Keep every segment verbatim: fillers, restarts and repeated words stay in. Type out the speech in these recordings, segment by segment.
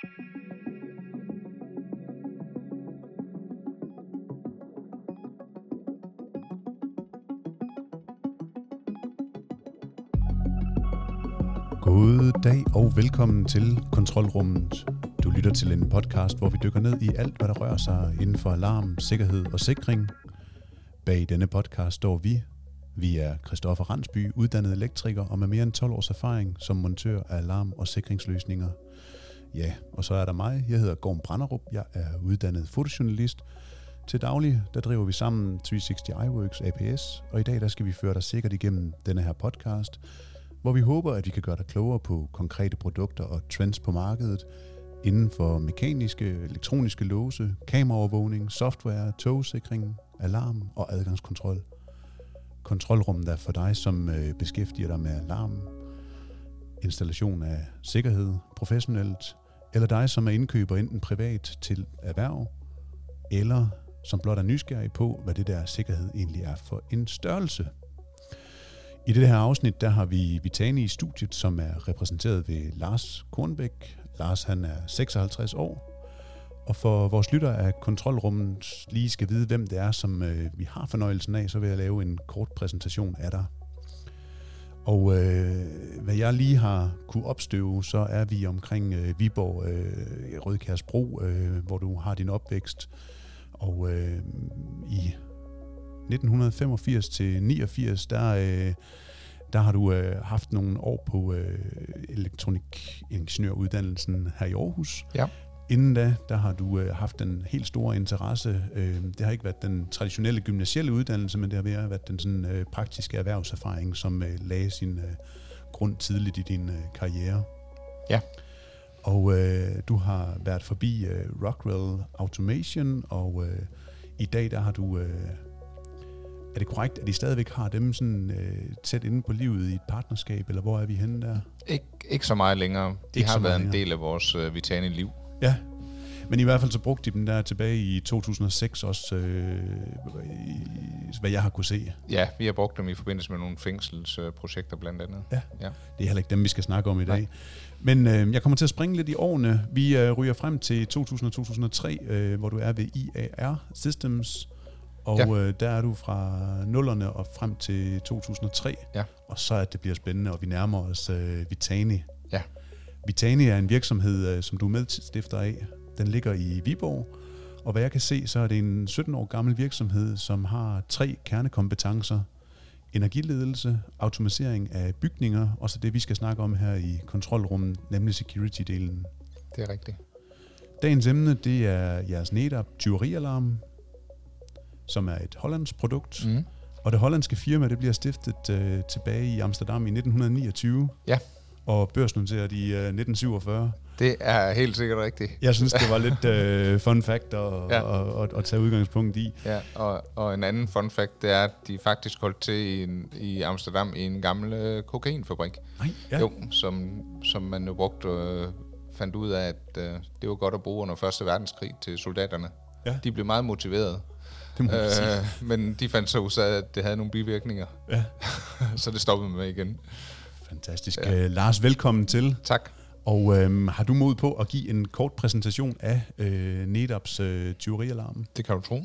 God dag og velkommen til Kontrolrummet. Du lytter til en podcast, hvor vi dykker ned i alt, hvad der rører sig inden for alarm, sikkerhed og sikring. Bag denne podcast står vi. Vi er Christoffer Randsby, uddannet elektriker og med mere end tolv års erfaring som montør af alarm- og sikringsløsninger. Ja, og så er der mig. Jeg hedder Gorm Branderup. Jeg er uddannet fotojournalist. Til daglig, der driver vi sammen tre seks nul iWorks A P S, og i dag der skal vi føre dig sikkert igennem denne her podcast, hvor vi håber, at vi kan gøre dig klogere på konkrete produkter og trends på markedet inden for mekaniske, elektroniske låse, kameraovervågning, software, togsikring, alarm og adgangskontrol. Kontrolrummet er for dig, som øh, beskæftiger dig med alarm, installation af sikkerhed, professionelt, eller dig, som er indkøber enten privat til erhverv, eller som blot er nysgerrig på, hvad det der sikkerhed egentlig er for en størrelse. I det her afsnit, der har vi Vitani i studiet, som er repræsenteret ved Lars Kornbæk. Lars, han er seksoghalvtreds år, og for vores lytter af Kontrolrummet lige skal vide, hvem det er, som øh, vi har fornøjelsen af, så vil jeg lave en kort præsentation af dig. Og øh, hvad jeg lige har kunne opstøve, så er vi omkring øh, Viborg, øh, Rødkærsbro, øh, hvor du har din opvækst, og øh, i nitten femogfirs til niogfirs, der, øh, der har du øh, haft nogle år på øh, elektronikingeniøruddannelsen her i Aarhus. Ja. Inden da, der har du øh, haft en helt stor interesse. Øh, det har ikke været den traditionelle gymnasielle uddannelse, men det har været den sådan, øh, praktiske erhvervserfaring, som øh, lagde sin øh, grund tidligt i din øh, karriere. Ja. Og øh, du har været forbi øh, Rockwell Automation, og øh, i dag der har du... Øh, Er det korrekt, at I stadigvæk har dem sådan øh, tæt inde på livet i et partnerskab, eller hvor er vi henne der? Ik- ikke så meget længere. De ikke har været længere. en del af vores øh, Vitani-liv. Ja, men i hvert fald så brugte de dem der tilbage i to tusind og seks også, øh, i, hvad jeg har kunne se. Ja, vi har brugt dem i forbindelse med nogle fængselsprojekter øh, blandt andet. Ja. ja, Det er heller ikke dem, vi skal snakke om i dag. Nej. Men øh, jeg kommer til at springe lidt i årene. Vi øh, ryger frem til to tusind og to tusind og tre, øh, hvor du er ved I A R Systems. Og ja. øh, der er du fra nullerne og frem til to tusind og tre, ja. og så at det bliver spændende, og vi nærmer os øh, Vitani. Ja. Vitani er en virksomhed, øh, som du er medstifter af. Den ligger i Viborg, og hvad jeg kan se, så er det en sytten år gammel virksomhed, som har tre kernekompetencer. Energiledelse, automatisering af bygninger, og så det, vi skal snakke om her i kontrolrummet, nemlig security-delen. Det er rigtigt. Dagens emne, det er jeres Nedap tyverialarm, som er et hollandsk produkt. Mm. Og det hollandske firma, det bliver stiftet øh, tilbage i Amsterdam i nitten niogtyve. Ja. Og børsnoteret i øh, nitten syvogfyrre. Det er helt sikkert rigtigt. Jeg synes, det var lidt øh, fun fact at, ja. at, at, at tage udgangspunkt i. Ja, og, og en anden fun fact, det er, at de faktisk holdt til i, en, i Amsterdam i en gammel øh, kokainfabrik. Nej, ja. Jo, som, som man jo brugte øh, fandt ud af, at øh, det var godt at bruge under første verdenskrig til soldaterne. Ja. De blev meget motiveret. Øh, men de fandt så ud af, at det havde nogle bivirkninger. Ja. Så det stoppede med igen. Fantastisk. Ja. Uh, Lars, velkommen til. Tak. Og øhm, har du mod på at give en kort præsentation af øh, Nedaps øh, tyverialarm? Det kan du tro.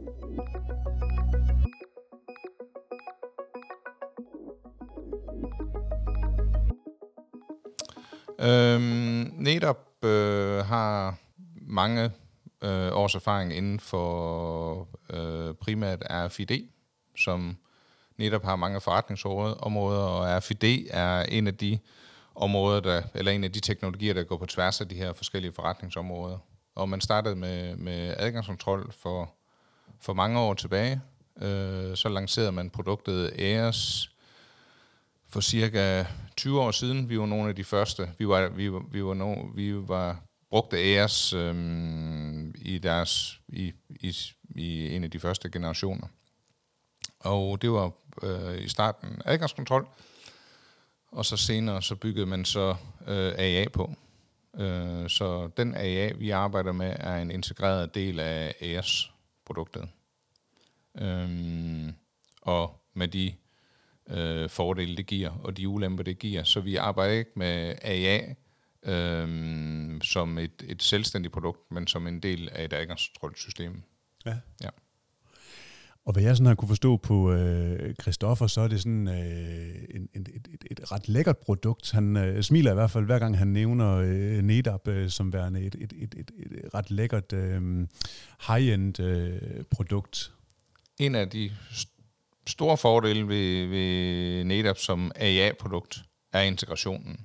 Øhm, Nedap øh, har mange øh, års erfaring inden for øh, primært R F I D, som Nedap har mange forretningsområder, og R F I D er en af de områder, der, eller en af de teknologier, der går på tværs af de her forskellige forretningsområder. Og man startede med, med adgangskontrol for, for mange år tilbage. Øh, så lancerede man produktet A R S for cirka tyve år siden. Vi var nogle af de første. Vi var, vi var, vi var, no, vi var brugte A R S øh, i, deres, i, i, i en af de første generationer. Og det var øh, i starten adgangskontrol, og så senere så byggede man så øh, A A på. Øh, så den A A, vi arbejder med, er en integreret del af A R S-produktet. Øh, og med de øh, fordele, det giver, og de ulemper, det giver. Så vi arbejder ikke med A A øh, som et, et selvstændigt produkt, men som en del af et adgangskontrolsystem. Ja. Ja. Og hvad jeg sådan har kunne forstå på øh, Christoffer, så er det sådan øh, en, et, et, et ret lækkert produkt. Han øh, smiler i hvert fald hver gang han nævner øh, NetApp øh, som værende et, et, et, et, et ret lækkert øh, high-end øh, produkt. En af de st- store fordele ved, ved NetApp som A I-produkt er integrationen.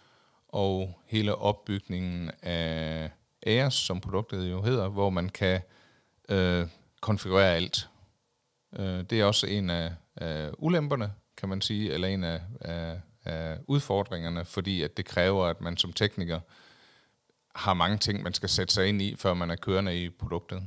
Og hele opbygningen af A I S, som produktet jo hedder, hvor man kan øh, konfigurere alt. Det er også en af, af ulemperne, kan man sige, eller en af, af, af udfordringerne, fordi at det kræver, at man som tekniker har mange ting, man skal sætte sig ind i, før man er kørende i produktet.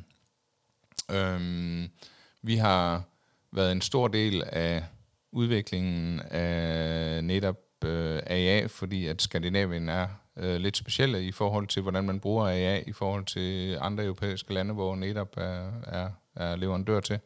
Øhm, vi har været en stor del af udviklingen af NetApp øh, A I, fordi at Skandinavien er øh, lidt specielle i forhold til, hvordan man bruger A I i forhold til andre europæiske lande, hvor NetApp er, er, er leverandør til.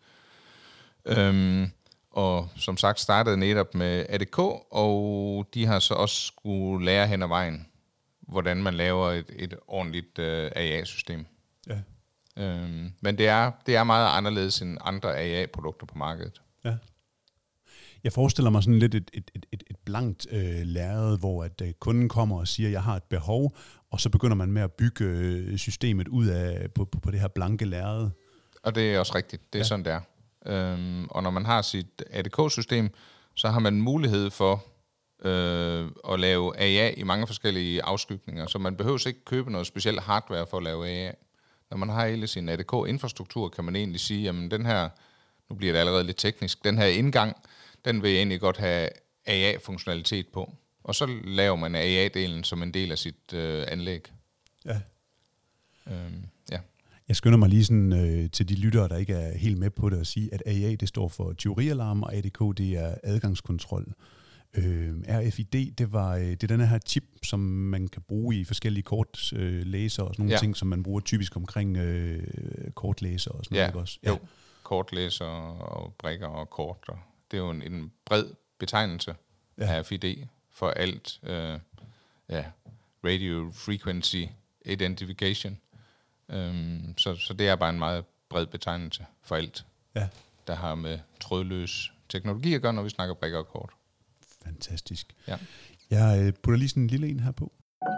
Øhm, og som sagt startede NetApp med A D K, og de har så også skulle lære hen ad vejen, hvordan man laver et, et ordentligt øh, A I-system. Ja. Øhm, men det er, det er meget anderledes end andre A I-produkter på markedet. Ja. Jeg forestiller mig sådan lidt et, et, et, et, et blankt øh, lærred, hvor at øh, kunden kommer og siger, jeg har et behov, og så begynder man med at bygge øh, systemet ud af på, på, på det her blanke lærred. Og det er også rigtigt. Det er ja. sådan, det er. Øhm, og når man har sit A D K-system, så har man mulighed for øh, at lave A I i mange forskellige afskygninger, så man behøver ikke købe noget specielt hardware for at lave A I. Når man har hele sin A D K-infrastruktur, kan man egentlig sige, jamen den her, nu bliver det allerede lidt teknisk, den her indgang, den vil jeg egentlig godt have A I-funktionalitet på. Og så laver man A I-delen som en del af sit øh, anlæg. Ja. Øhm, ja. Jeg skynder mig lige sådan, øh, til de lyttere, der ikke er helt med på det, at sige, at A I det står for tyverialarm, og A D K det er adgangskontrol. Øh, R F I D, det var øh, det er den her chip, som man kan bruge i forskellige kortlæser øh, og sådan nogle ja. ting, som man bruger typisk omkring øh, kortlæser og sådan ja. noget. Ikke også? Ja, jo. Kortlæser og brikker og kort. Og det er jo en, en bred betegnelse ja. af R F I D for alt. Øh, ja, Radio Frequency Identification. Um, så, så det er bare en meget bred betegnelse for alt, ja. der har med trådløs teknologi at gøre, når vi snakker brikker og kort. Fantastisk. Ja. Jeg putter lige sådan en lille en her på.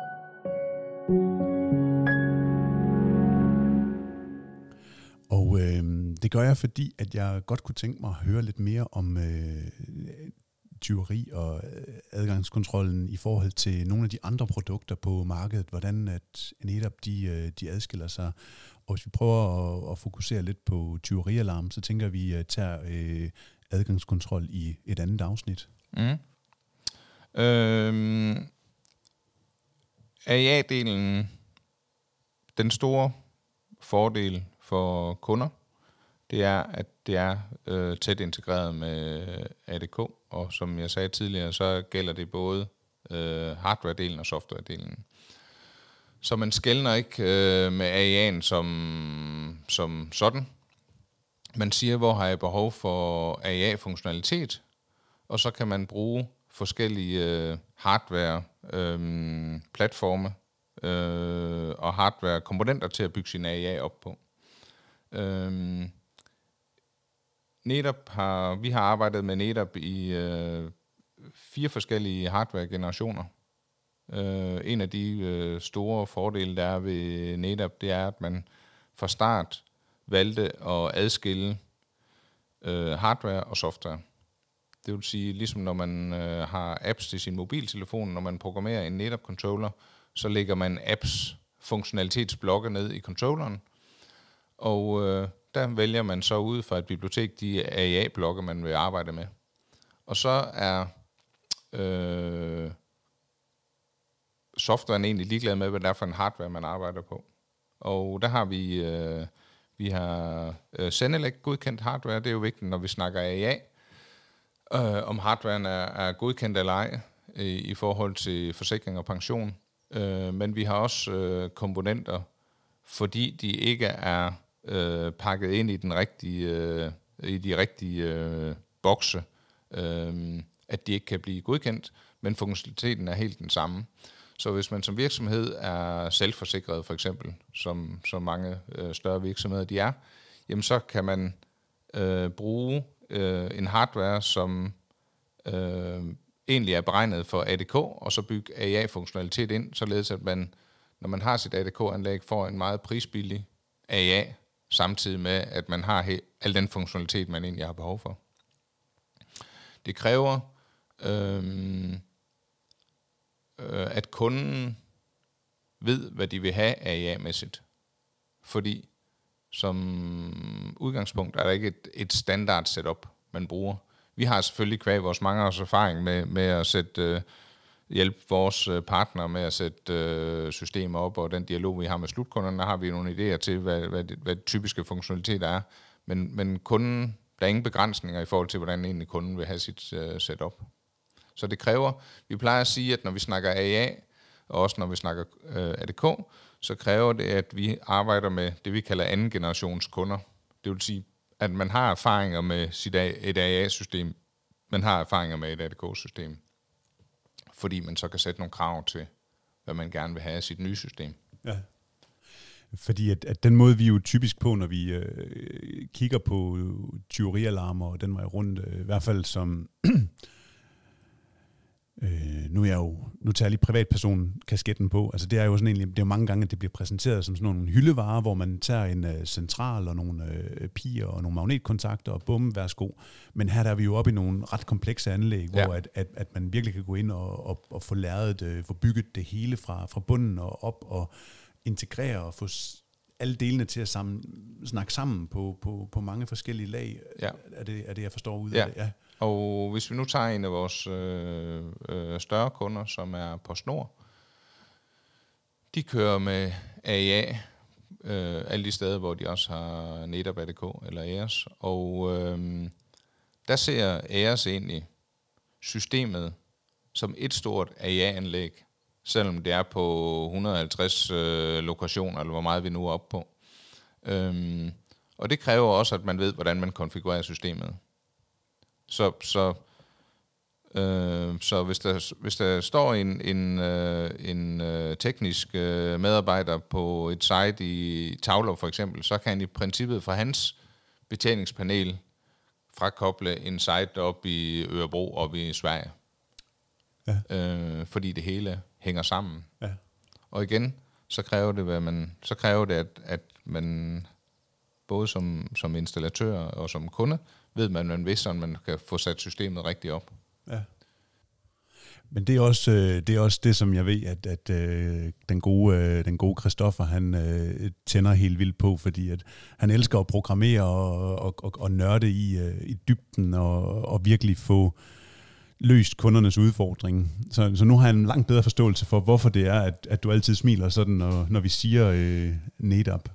Og øh, det gør jeg, fordi at jeg godt kunne tænke mig at høre lidt mere om øh, tyveri og adgangskontrollen i forhold til nogle af de andre produkter på markedet, hvordan at NetApp de, de adskiller sig. Og hvis vi prøver at, at fokusere lidt på tyverialarm, så tænker vi at tage øh, adgangskontrol i et andet afsnit. Mm. Øhm, A I A-delen, den store fordel for kunder, det er, at det er øh, tæt integreret med A D K, og som jeg sagde tidligere, så gælder det både øh, hardware-delen og software-delen. Så man skelner ikke øh, med A I'en som, som sådan. Man siger, hvor har jeg behov for A I A-funktionalitet, og så kan man bruge forskellige øh, hardware-platforme øh, øh, og hardware-komponenter til at bygge sin A I A op på. Øh, NetApp har, vi har arbejdet med NetApp i øh, fire forskellige hardware-generationer. Øh, en af de øh, store fordele, der er ved NetApp, det er, at man fra start valgte at adskille øh, hardware og software. Det vil sige, ligesom når man øh, har apps til sin mobiltelefon, når man programmerer en NetApp-controller, så lægger man apps funktionalitetsblokke ned i controlleren, og øh, der vælger man så ud fra et bibliotek de A I A-blokke, man vil arbejde med. Og så er øh, softwaren egentlig ligeglad med, hvad det er for en hardware, man arbejder på. Og der har vi, øh, vi har øh, Zenelec godkendt hardware. Det er jo vigtigt, når vi snakker A I A. Øh, om hardwaren er, er godkendt eller ej i, i forhold til forsikring og pension. Øh, men vi har også øh, komponenter, fordi de ikke er øh, pakket ind i den rigtige, øh, i de rigtige øh, bokse, øh, at de ikke kan blive godkendt, men funktionaliteten er helt den samme. Så hvis man som virksomhed er selvforsikret, for eksempel, som, som mange øh, større virksomheder de er, jamen så kan man øh, bruge øh, en hardware, som øh, egentlig er beregnet for A D K, og så bygge A I A-funktionalitet ind, således at man, når man har sit A D K-anlæg, får en meget prisbillig A I A, samtidig med, at man har he- al den funktionalitet, man egentlig har behov for. Det kræver, øh, øh, at kunden ved, hvad de vil have A I A-mæssigt. Fordi som udgangspunkt er der ikke et, et standard setup, man bruger. Vi har selvfølgelig kvæg vores mange års erfaring med, med at sætte, øh, hjælpe vores partnere med at sætte øh, systemer op, og den dialog, vi har med slutkunderne, har vi nogle idéer til, hvad, hvad, det, hvad typiske funktionaliteter er. Men, men kunden, der er ingen begrænsninger i forhold til, hvordan egentlig kunden vil have sit øh, setup. Så det kræver, vi plejer at sige, at når vi snakker A I A, og også når vi snakker øh, A D K, så kræver det, at vi arbejder med det, vi kalder anden generations kunder. Det vil sige, at man har erfaringer med sit A, et A I A-system, man har erfaringer med et A D K-system, fordi man så kan sætte nogle krav til, hvad man gerne vil have af sit nye system. Ja. Fordi at, at den måde, vi er jo typisk på, når vi øh, kigger på tyverialarmer og den vej rundt, øh, i hvert fald som... Øh, nu er jeg jo, nu tager jeg lige privatperson-kasketten på. Altså det er jo sådan egentlig, det er jo mange gange, at det bliver præsenteret som sådan nogle hyldevarer, hvor man tager en uh, central og nogle uh, piger og nogle magnetkontakter og bum, værsgo. Men her der er vi jo oppe i nogle ret komplekse anlæg, ja. hvor at, at, at man virkelig kan gå ind og, og, og få læret det, få bygget det hele fra, fra bunden og op og integrere og få alle delene til at sammen, snakke sammen på, på, på mange forskellige lag. Ja. Er, det, er det, jeg forstår ud af ja. det? Ja. Og hvis vi nu tager en af vores øh, øh, større kunder, som er PostNord, de kører med A I A, øh, alle de steder, hvor de også har netop A D K eller A E R S, og øh, der ser A E R S egentlig systemet som et stort A I A-anlæg, selvom det er på et hundrede og halvtreds øh, lokationer, eller hvor meget vi nu er oppe på. Øh, og det kræver også, at man ved, hvordan man konfigurerer systemet. Så, så, øh, så hvis, der, hvis der står en, en, øh, en øh, teknisk øh, medarbejder på et site i Tavler for eksempel, så kan han i princippet fra hans betjeningspanel frakoble en site op i Örebro op i Sverige. Ja. Øh, fordi det hele hænger sammen. Ja. Og igen, så kræver det, hvad man, så kræver det at, at man både som, som installatør og som kunde ved man, man vidste, at man kan få sat systemet rigtigt op. Ja. Men det er også det, er også det som jeg ved, at, at den gode den gode Christoffer, han tænder helt vildt på, fordi at han elsker at programmere og, og, og, og nørde i, i dybden og, og virkelig få løst kundernes udfordring. Så, så nu har jeg en langt bedre forståelse for, hvorfor det er, at, at du altid smiler sådan, når, når vi siger øh, NetApp.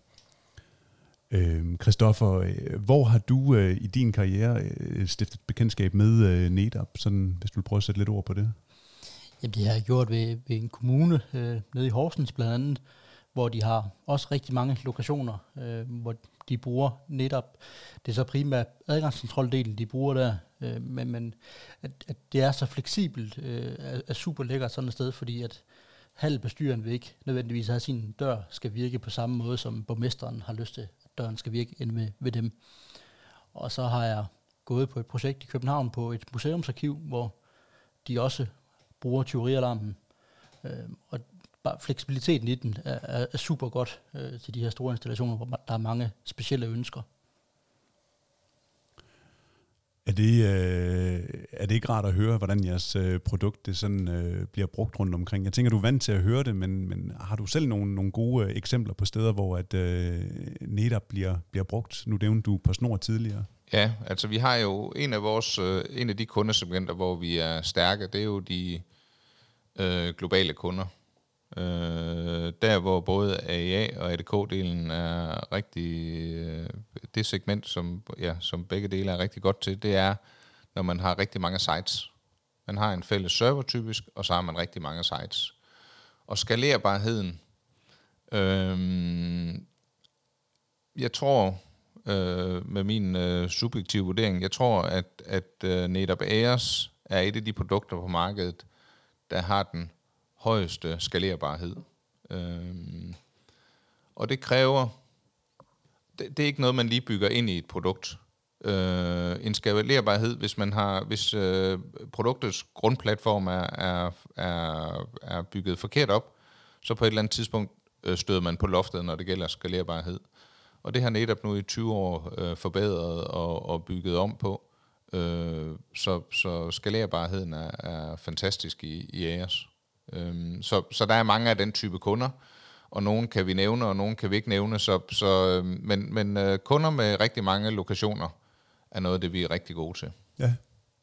Christoffer, øh, hvor har du øh, i din karriere øh, stiftet bekendtskab med øh, NetApp, sådan, hvis du vil prøve at sætte lidt ord på det? Jamen, det har jeg gjort ved, ved en kommune øh, nede i Horsens blandt andet, hvor de har også rigtig mange lokationer, øh, hvor de bruger NetApp. Det er så primært adgangskontroldelen, de bruger der, øh, men, men at, at det er så fleksibelt, øh, er, er super lækkert sådan et sted, fordi at halvbestyreren vil ikke nødvendigvis have sin dør skal virke på samme måde, som borgmesteren har lyst til, at døren skal virke inde ved, ved dem. Og så har jeg gået på et projekt i København på et museumsarkiv, hvor de også bruger tyverialarmen. Øh, og bare fleksibiliteten i den er, er, er super godt øh, til de her store installationer, hvor der er mange specielle ønsker. Er det, øh, er det ikke rart at høre, hvordan jeres øh, produkt det sådan, øh, bliver brugt rundt omkring? Jeg tænker, du er vant til at høre det, men, men har du selv nogle, nogle gode øh, eksempler på steder, hvor at, øh, NetApp bliver, bliver brugt? Nu nævnte du PostNord tidligere. Ja, altså vi har jo en af vores øh, en af de kundesegmenter, hvor vi er stærke, det er jo de øh, globale kunder. Øh, der hvor både A I A og A D K-delen er rigtig øh, det segment som ja som begge dele er rigtig godt til, det er når man har rigtig mange sites. Man har en fælles server typisk, og så har man rigtig mange sites. Og skalerbarheden, øh, jeg tror øh, med min øh, subjektive vurdering, jeg tror at at uh, NetApp A E R S er et af de produkter på markedet, der har den højeste skalerbarhed. Øhm, og det kræver, det, det er ikke noget, man lige bygger ind i et produkt. Øh, en skalerbarhed, hvis man har, hvis øh, produktets grundplatform er, er, er, er bygget forkert op, så på et eller andet tidspunkt øh, støder man på loftet, når det gælder skalerbarhed. Og det har netop nu i tyve år øh, forbedret og, og bygget om på. Øh, så, så skalerbarheden er, er fantastisk i, i A S. Øh, så, så der er mange af den type kunder, og nogle kan vi nævne, og nogle kan vi ikke nævne. Så, så, øh, men men øh, kunder med rigtig mange lokationer er noget af det, vi er rigtig gode til. Ja.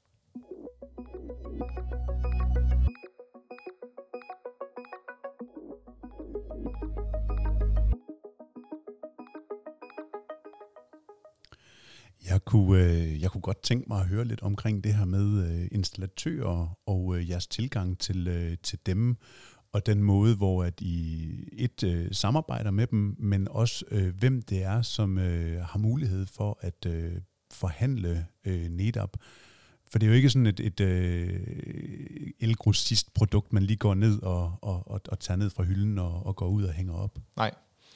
Jeg kunne, øh, jeg kunne godt tænke mig at høre lidt omkring det her med øh, installatører og øh, jeres tilgang til, øh, til dem, og den måde, hvor at I et øh, samarbejder med dem, men også øh, hvem det er, som øh, har mulighed for at øh, forhandle øh, NetApp. For det er jo ikke sådan et, et øh, elgrossist produkt, man lige går ned og, og, og, og tager ned fra hylden og, og går ud og hænger op. Nej.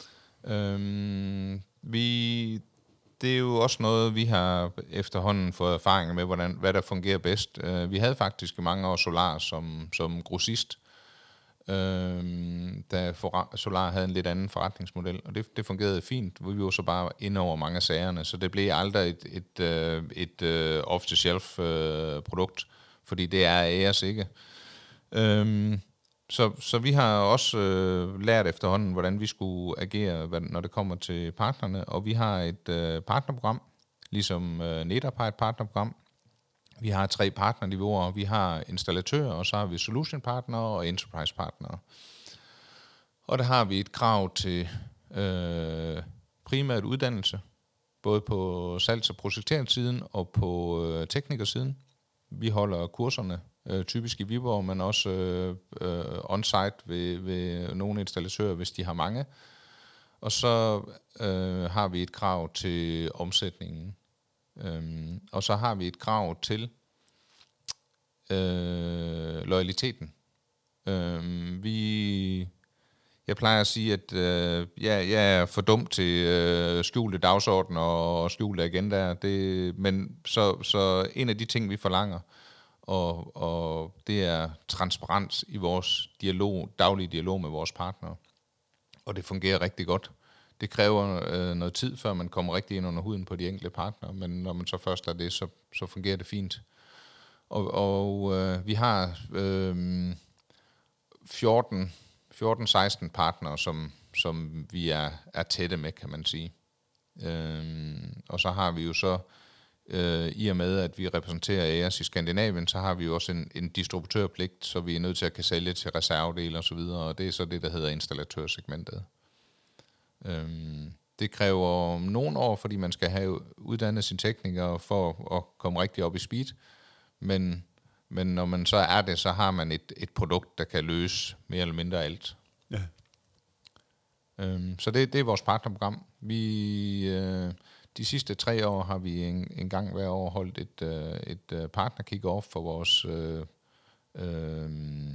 Øhm, vi... Det er jo også noget, vi har efterhånden fået erfaring med, hvordan, hvad der fungerer bedst. Uh, vi havde faktisk i mange år Solar som, som grossist, uh, da for, Solar havde en lidt anden forretningsmodel, og det, det fungerede fint. Vi var så bare inde over mange af sagerne, så det blev aldrig et, et, et, et uh, off-the-shelf uh, produkt, fordi det er A S ikke. Uh, Så, så vi har også øh, lært efterhånden, hvordan vi skulle agere, når det kommer til partnerne, og vi har et øh, partnerprogram, ligesom øh, NetApp har et partnerprogram. Vi har tre partnerniveauer, vi har installatører, og så har vi solution partnere og enterprise partnere. Og der har vi et krav til øh, primært uddannelse, både på salgs- og projekteringssiden og på øh, teknikersiden. Vi holder kurserne øh, typisk i Viborg, men også øh, øh, on-site ved, ved nogle installatører, hvis de har mange. Og så øh, har vi et krav til omsætningen. Øhm, og så har vi et krav til øh, loyaliteten. Øhm, vi... Jeg plejer at sige, at øh, jeg, jeg er for dum til øh, skjulte dagsordner og skjulte agendaer. Det, men så, så en af de ting, vi forlanger, og, og det er transparens i vores dialog, daglige dialog med vores partnere. Og det fungerer rigtig godt. Det kræver øh, noget tid, før man kommer rigtig ind under huden på de enkelte partnere, men når man så først er det, så, så fungerer det fint. Og, og øh, vi har øh, fjorten seksten partnere, som, som vi er, er tætte med, kan man sige. Øhm, og så har vi jo så, øh, i og med at vi repræsenterer A S i Skandinavien, så har vi jo også en, en distributørpligt, så vi er nødt til at kan sælge til reservedele og så videre, og det er så det, der hedder installatørsegmentet. Øhm, det kræver nogle år, fordi man skal have uddannet sine teknikere for at komme rigtig op i speed, men Men når man så er det, så har man et, et produkt, der kan løse mere eller mindre alt. Ja. Øhm, så det, det er vores partnerprogram. Vi, øh, de sidste tre år har vi en, en gang hver år holdt et, øh, et partner kick-off for vores øh, øh,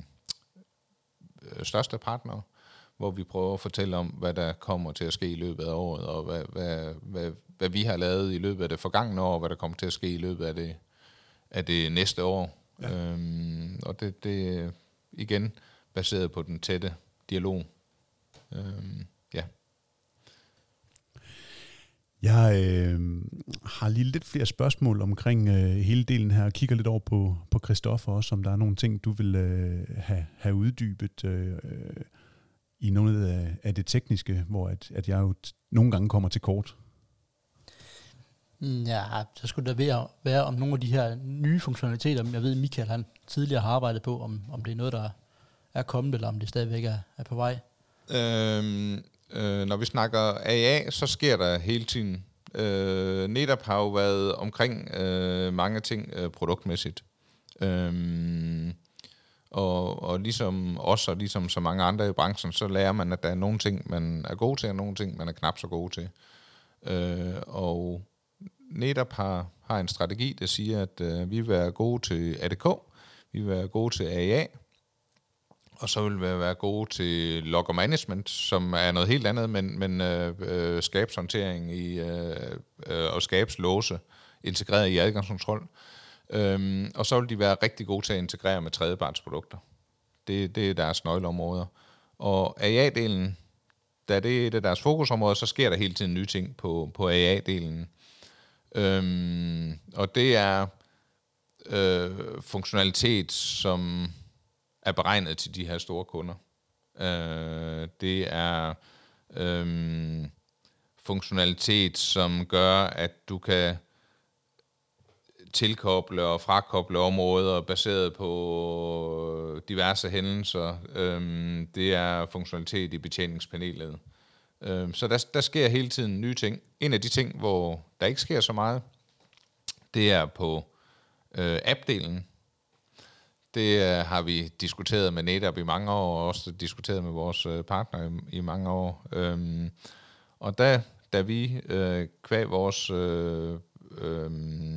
største partnere, hvor vi prøver at fortælle om, hvad der kommer til at ske i løbet af året, og hvad, hvad, hvad, hvad vi har lavet i løbet af det forgangne år, og hvad der kommer til at ske i løbet af det, af det næste år. Ja. Øhm, og det, det er igen baseret på den tætte dialog. Øhm, ja. Jeg øh, har lige lidt flere spørgsmål omkring øh, hele delen her, og kigger lidt over på, på Christoffer også, om der er nogle ting, du vil øh, have, have uddybet øh, i noget af, af det tekniske, hvor at, at jeg jo t- nogle gange kommer til kort. Ja, så skulle der være, være om nogle af de her nye funktionaliteter, jeg ved, Michael han tidligere har arbejdet på, om, om det er noget, der er kommet, eller om det stadigvæk er, er på vej. Øhm, øh, når vi snakker A A, så sker der hele tiden. Øh, NetApp har jo været omkring øh, mange ting øh, produktmæssigt. Øhm, og, og ligesom os, og ligesom så mange andre i branchen, så lærer man, at der er nogle ting, man er god til, og nogle ting, man er knap så god til. Øh, og NetApp har, har en strategi, der siger, at øh, vi vil være gode til A D K, vi vil være gode til A A, Og så vil vi være gode til logger management, som er noget helt andet, men, men øh, øh, skabshåndtering i, øh, øh, og skabslåse integreret i adgangskontrol. Øhm, og så vil de være rigtig gode til at integrere med tredjepartsprodukter. Det, det er deres nøgleområder. Og A A-delen, da det er et af deres fokusområder, så sker der hele tiden nye ting på, på A A-delen. Øhm, og det er øh, funktionalitet, som er beregnet til de her store kunder. Øh, det er øh, funktionalitet, som gør, at du kan tilkoble og frakoble områder baseret på diverse hændelser. Øh, det er funktionalitet i betjeningspanelet. Øh, så der, der sker hele tiden nye ting. En af de ting, hvor der ikke sker så meget, det er på øh, app-delen. Det øh, har vi diskuteret med NetApp i mange år, og også diskuteret med vores øh, partnere i, i mange år. Øhm, og da, da vi øh, kvæg vores øh, øh,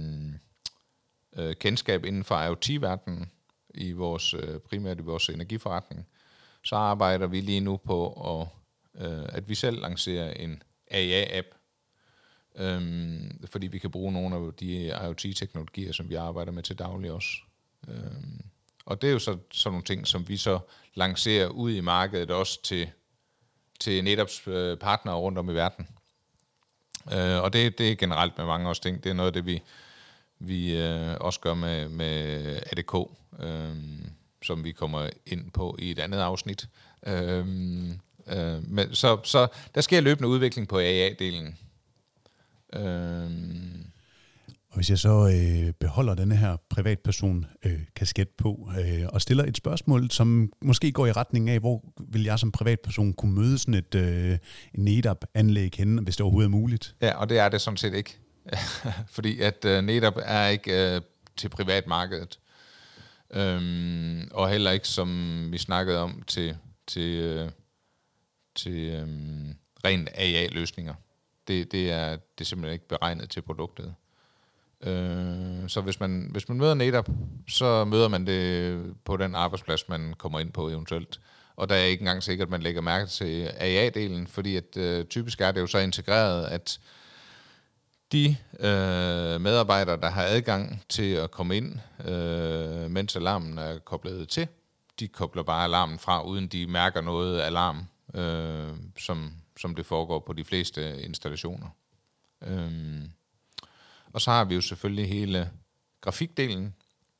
øh, kendskab inden for IoT-verdenen, i vores, øh, primært i vores energiforretning, så arbejder vi lige nu på, at, øh, at vi selv lancerer en A A-app, øhm, fordi vi kan bruge nogle af de IoT-teknologier, som vi arbejder med til daglig også. Øhm, Og det er jo så sådan nogle ting, som vi så lancerer ud i markedet også til, til NetApps partnere rundt om i verden. Øh, og det, det er generelt med mange også ting. Det er noget af det, vi, vi øh, også gør med, med A D K, øh, som vi kommer ind på i et andet afsnit. Øh, øh, men, så, så der sker løbende udvikling på A A-delen. Øh, Og hvis jeg så øh, beholder denne her privatperson-kasket øh, på øh, og stiller et spørgsmål, som måske går i retning af, hvor vil jeg som privatperson kunne møde sådan et øh, NetApp-anlæg henne, hvis det overhovedet er muligt? Ja, og det er det sådan set ikke. Fordi at uh, NetApp er ikke uh, til privatmarkedet. Um, og heller ikke, som vi snakkede om, til, til, uh, til um, rent A A-løsninger. Det, det, er, det er simpelthen ikke beregnet til produktet. Uh, så hvis man, hvis man møder NetApp, så møder man det på den arbejdsplads, man kommer ind på eventuelt. Og der er ikke engang sikkert, at man lægger mærke til A A-delen, fordi at, uh, typisk er det jo så integreret, at de øh, medarbejdere, der har adgang til at komme ind, øh, mens alarmen er koblet til, de kobler bare alarmen fra, uden de mærker noget alarm, øh, som, som det foregår på de fleste installationer. Øh. Og så har vi jo selvfølgelig hele grafikdelen,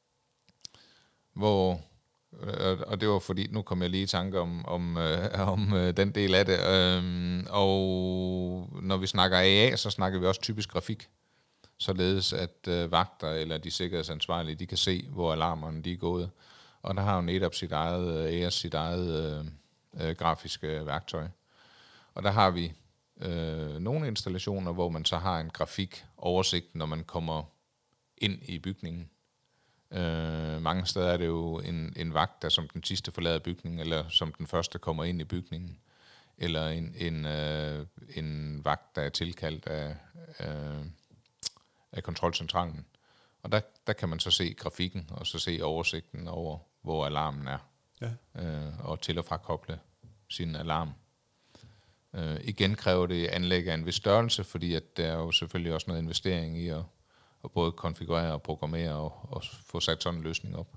hvor, og det var fordi, nu kom jeg lige i tanke om, om, øh, om øh, den del af det, øh, og når vi snakker A A, så snakker vi også typisk grafik, således at øh, vagter eller de sikkerhedsansvarlige, de kan se, hvor alarmerne de er gået, og der har jo NetApp sit eget, A S sit eget øh, øh, grafiske værktøj, og der har vi øh, nogle installationer, hvor man så har en grafikoversigt, når man kommer ind i bygningen. Øh, mange steder er det jo en, en vagt, der som den sidste forlader bygningen, eller som den første kommer ind i bygningen, eller en, en, øh, en vagt, der er tilkaldt af, øh, af kontrolcentralen. Og der, der kan man så se grafikken, og så se oversigten over, hvor alarmen er, ja. øh, og til og fra koble sin alarm. Øh, igen kræver det anlæg af en vis størrelse, fordi at der er jo selvfølgelig også noget investering i at og både konfigurere og programmere og, og få sat sådan en løsning op.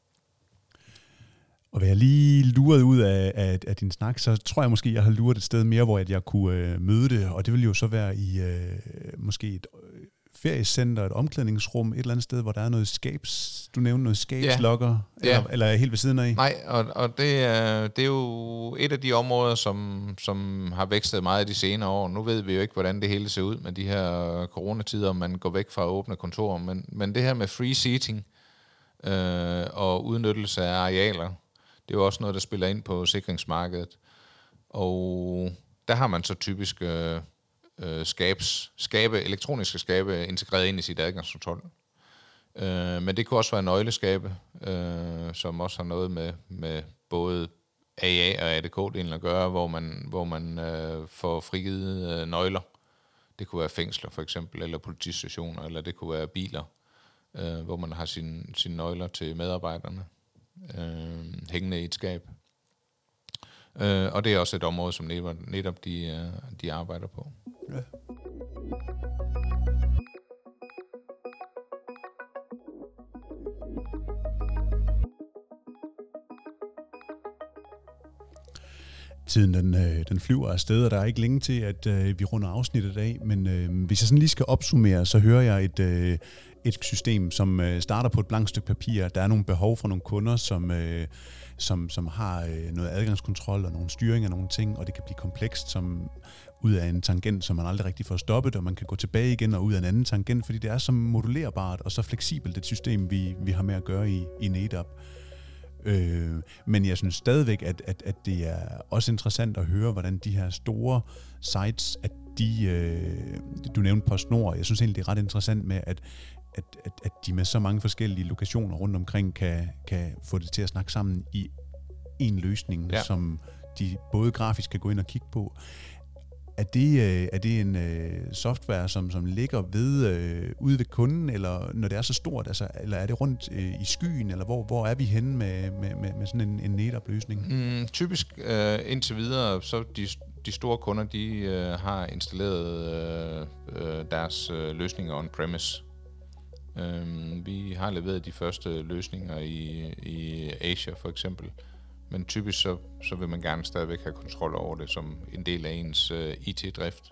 Og hvad jeg lige lurede ud af, af, af din snak, så tror jeg måske, jeg har luret et sted mere, hvor at jeg kunne øh, møde det, og det vil jo så være i øh, måske et øh, feriecenter, et omklædningsrum, et eller andet sted, hvor der er noget skabs, du nævnte noget skabslokker, ja. eller, ja. eller helt ved siden af? Nej, og, og det, er, det er jo et af de områder, som, som har vækstet meget de senere år. Nu ved vi jo ikke, hvordan det hele ser ud med de her coronatider, om man går væk fra åbne kontorer, men, men det her med free seating øh, og udnyttelse af arealer, det er jo også noget, der spiller ind på sikringsmarkedet. Og der har man så typisk øh, skabs, skabe, elektroniske skabe integreret ind i sit adgangskontrol. Øh, men det kunne også være nøgleskabe, øh, som også har noget med, med både A A og A D K-delen at gøre, hvor man, hvor man øh, får frigivet øh, nøgler. Det kunne være fængsler for eksempel, eller politistationer, eller det kunne være biler, øh, hvor man har sine sin nøgler til medarbejderne øh, hængende i et skab. Øh, og det er også et område, som netop, netop de, de arbejder på. Ja. Tiden den, øh, den flyver afsted, og der er ikke længe til, at øh, vi runder afsnittet af. Men øh, hvis jeg sådan lige skal opsummere, så hører jeg et, øh, et system, som øh, starter på et blankt stykke papir. Der er nogle behov fra nogle kunder, som, øh, som, som har øh, noget adgangskontrol og nogle styring af nogle ting, og det kan blive komplekst som ud af en tangent, som man aldrig rigtig får stoppet, og man kan gå tilbage igen og ud af en anden tangent, fordi det er så modulerbart og så fleksibelt et system, vi, vi har med at gøre i, i NetApp. Øh, men jeg synes stadigvæk, at, at, at det er også interessant at høre, hvordan de her store sites, at de, øh, du nævnte PostNord, jeg synes egentlig, det er ret interessant med, at, at, at, at de med så mange forskellige lokationer rundt omkring kan, kan få det til at snakke sammen i en løsning, ja. Som de både grafisk kan gå ind og kigge på. Er det, øh, er det en øh, software, som, som ligger ved, øh, ude ved kunden, eller når det er så stort, altså, eller er det rundt øh, i skyen, eller hvor, hvor er vi henne med, med, med, med sådan en, en NetApp-løsning? Mm, typisk øh, indtil videre, så de, de store kunder, de øh, har installeret øh, deres øh, løsninger on-premise. Øh, vi har leveret de første løsninger i, i Asia for eksempel. Men typisk så, så vil man gerne stadigvæk have kontrol over det som en del af ens uh, I T-drift.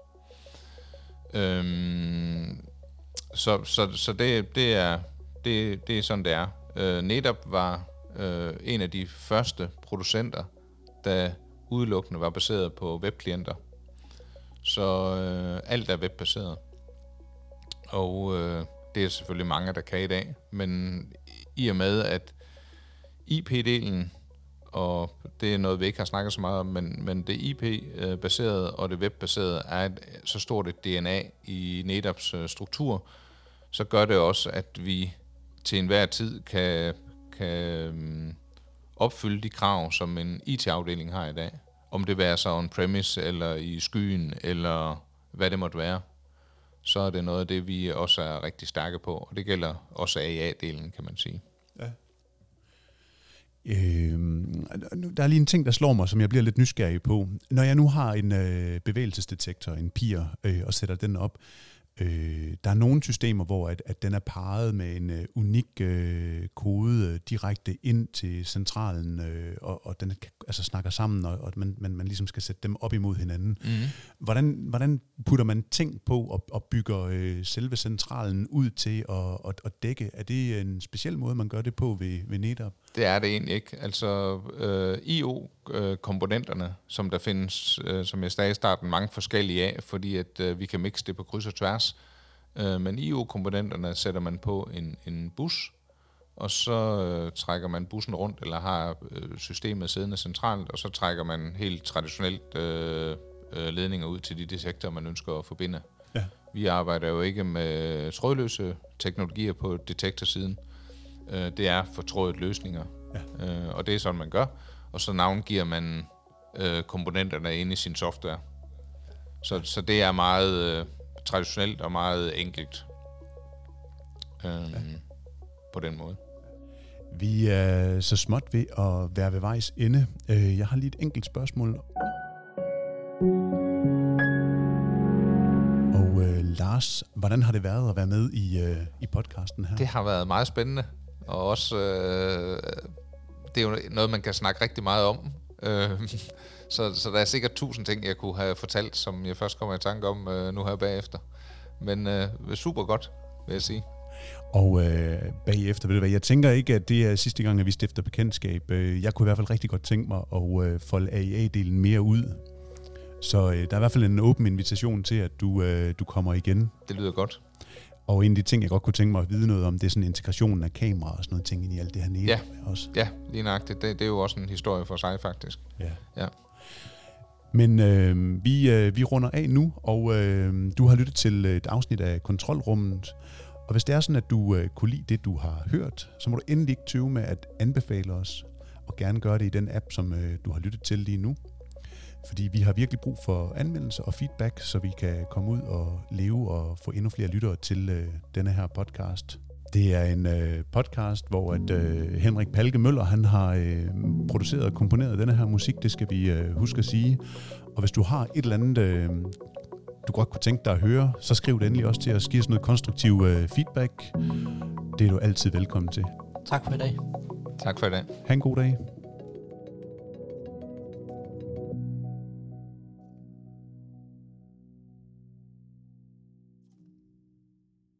Øhm, så så, så det, det, er, det, det er sådan, det er. Uh, NetApp var uh, en af de første producenter, der udelukkende var baseret på webklienter. Så uh, alt er webbaseret. Og uh, det er selvfølgelig mange, der kan i dag. Men i og med, at I P-delen, og det er noget, vi ikke har snakket så meget om, men, men det I P-baserede og det web-baserede er et, så stort et D N A i NetApps struktur, så gør det også, at vi til enhver tid kan, kan opfylde de krav, som en I T-afdeling har i dag. Om det være så on-premise, eller i skyen, eller hvad det måtte være, så er det noget af det, vi også er rigtig stærke på, og det gælder også A I A-delen, kan man sige. Ja. Øh, der er lige en ting, der slår mig, som jeg bliver lidt nysgerrig på. Når jeg nu har en øh, bevægelsesdetektor, en P I R, øh, og sætter den op, øh, der er nogle systemer, hvor at, at den er parret med en øh, unik øh, kode øh, direkte ind til centralen, øh, og, og den altså snakker sammen, og, og man, man, man ligesom skal sætte dem op imod hinanden. Mm. Hvordan, hvordan putter man ting på og, og bygger øh, selve centralen ud til at, at, at dække? Er det en speciel måde, man gør det på ved, ved NetApp? Det er det egentlig ikke. Altså øh, I O-komponenterne, som der findes, øh, som jeg sagde i starten, mange forskellige af, fordi at øh, vi kan mixe det på kryds og tværs. Øh, men I O-komponenterne sætter man på en, en bus, og så øh, trækker man bussen rundt, eller har øh, systemet siddende centralt, og så trækker man helt traditionelt øh, øh, ledninger ud til de detektorer, man ønsker at forbinde. Ja. Vi arbejder jo ikke med trådløse teknologier på detektorsiden. Det er fortrådet løsninger, ja. øh, og det er sådan, man gør. Og så navngiver man øh, komponenterne inde i sin software. Så, så det er meget øh, traditionelt og meget enkelt øh, ja. på den måde. Vi er så småt ved at være ved vejs ende. Jeg har lige et enkelt spørgsmål. Og øh, Lars, hvordan har det været at være med i, øh, i podcasten her? Det har været meget spændende. Og også, øh, det er jo noget, man kan snakke rigtig meget om. Øh, så, så der er sikkert tusind ting, jeg kunne have fortalt, som jeg først kommer i tanke om øh, nu her bagefter. Men øh, super godt, vil jeg sige. Og øh, bagefter, ved du hvad, jeg tænker ikke, at det er sidste gang, at vi stifter bekendtskab. Jeg kunne i hvert fald rigtig godt tænke mig at øh, folde A I A-delen mere ud. Så øh, der er i hvert fald en åben invitation til, at du, øh, du kommer igen. Det lyder godt. Og en af de ting, jeg godt kunne tænke mig at vide noget om, det er sådan integrationen af kameraer og sådan noget ting ind i alt det her nede. Ja, også. Ja, lige nøjagtigt. Det, det er jo også en historie for sig, faktisk. Ja. Ja. Men øh, vi, øh, vi runder af nu, og øh, du har lyttet til et afsnit af Kontrolrummet. Og hvis det er sådan, at du øh, kunne lide det, du har hørt, så må du endelig ikke tøve med at anbefale os, og gerne gøre det i den app, som øh, du har lyttet til lige nu. Fordi vi har virkelig brug for anmeldelser og feedback, så vi kan komme ud og leve og få endnu flere lyttere til øh, denne her podcast. Det er en øh, podcast, hvor at, øh, Henrik Palke Møller han har øh, produceret og komponeret denne her musik. Det skal vi øh, huske at sige. Og hvis du har et eller andet, øh, du godt kunne tænke dig at høre, så skriv det endelig også til os. Giv os noget konstruktiv øh, feedback. Det er du altid velkommen til. Tak for i dag. Tak for i dag. Ha' en god dag.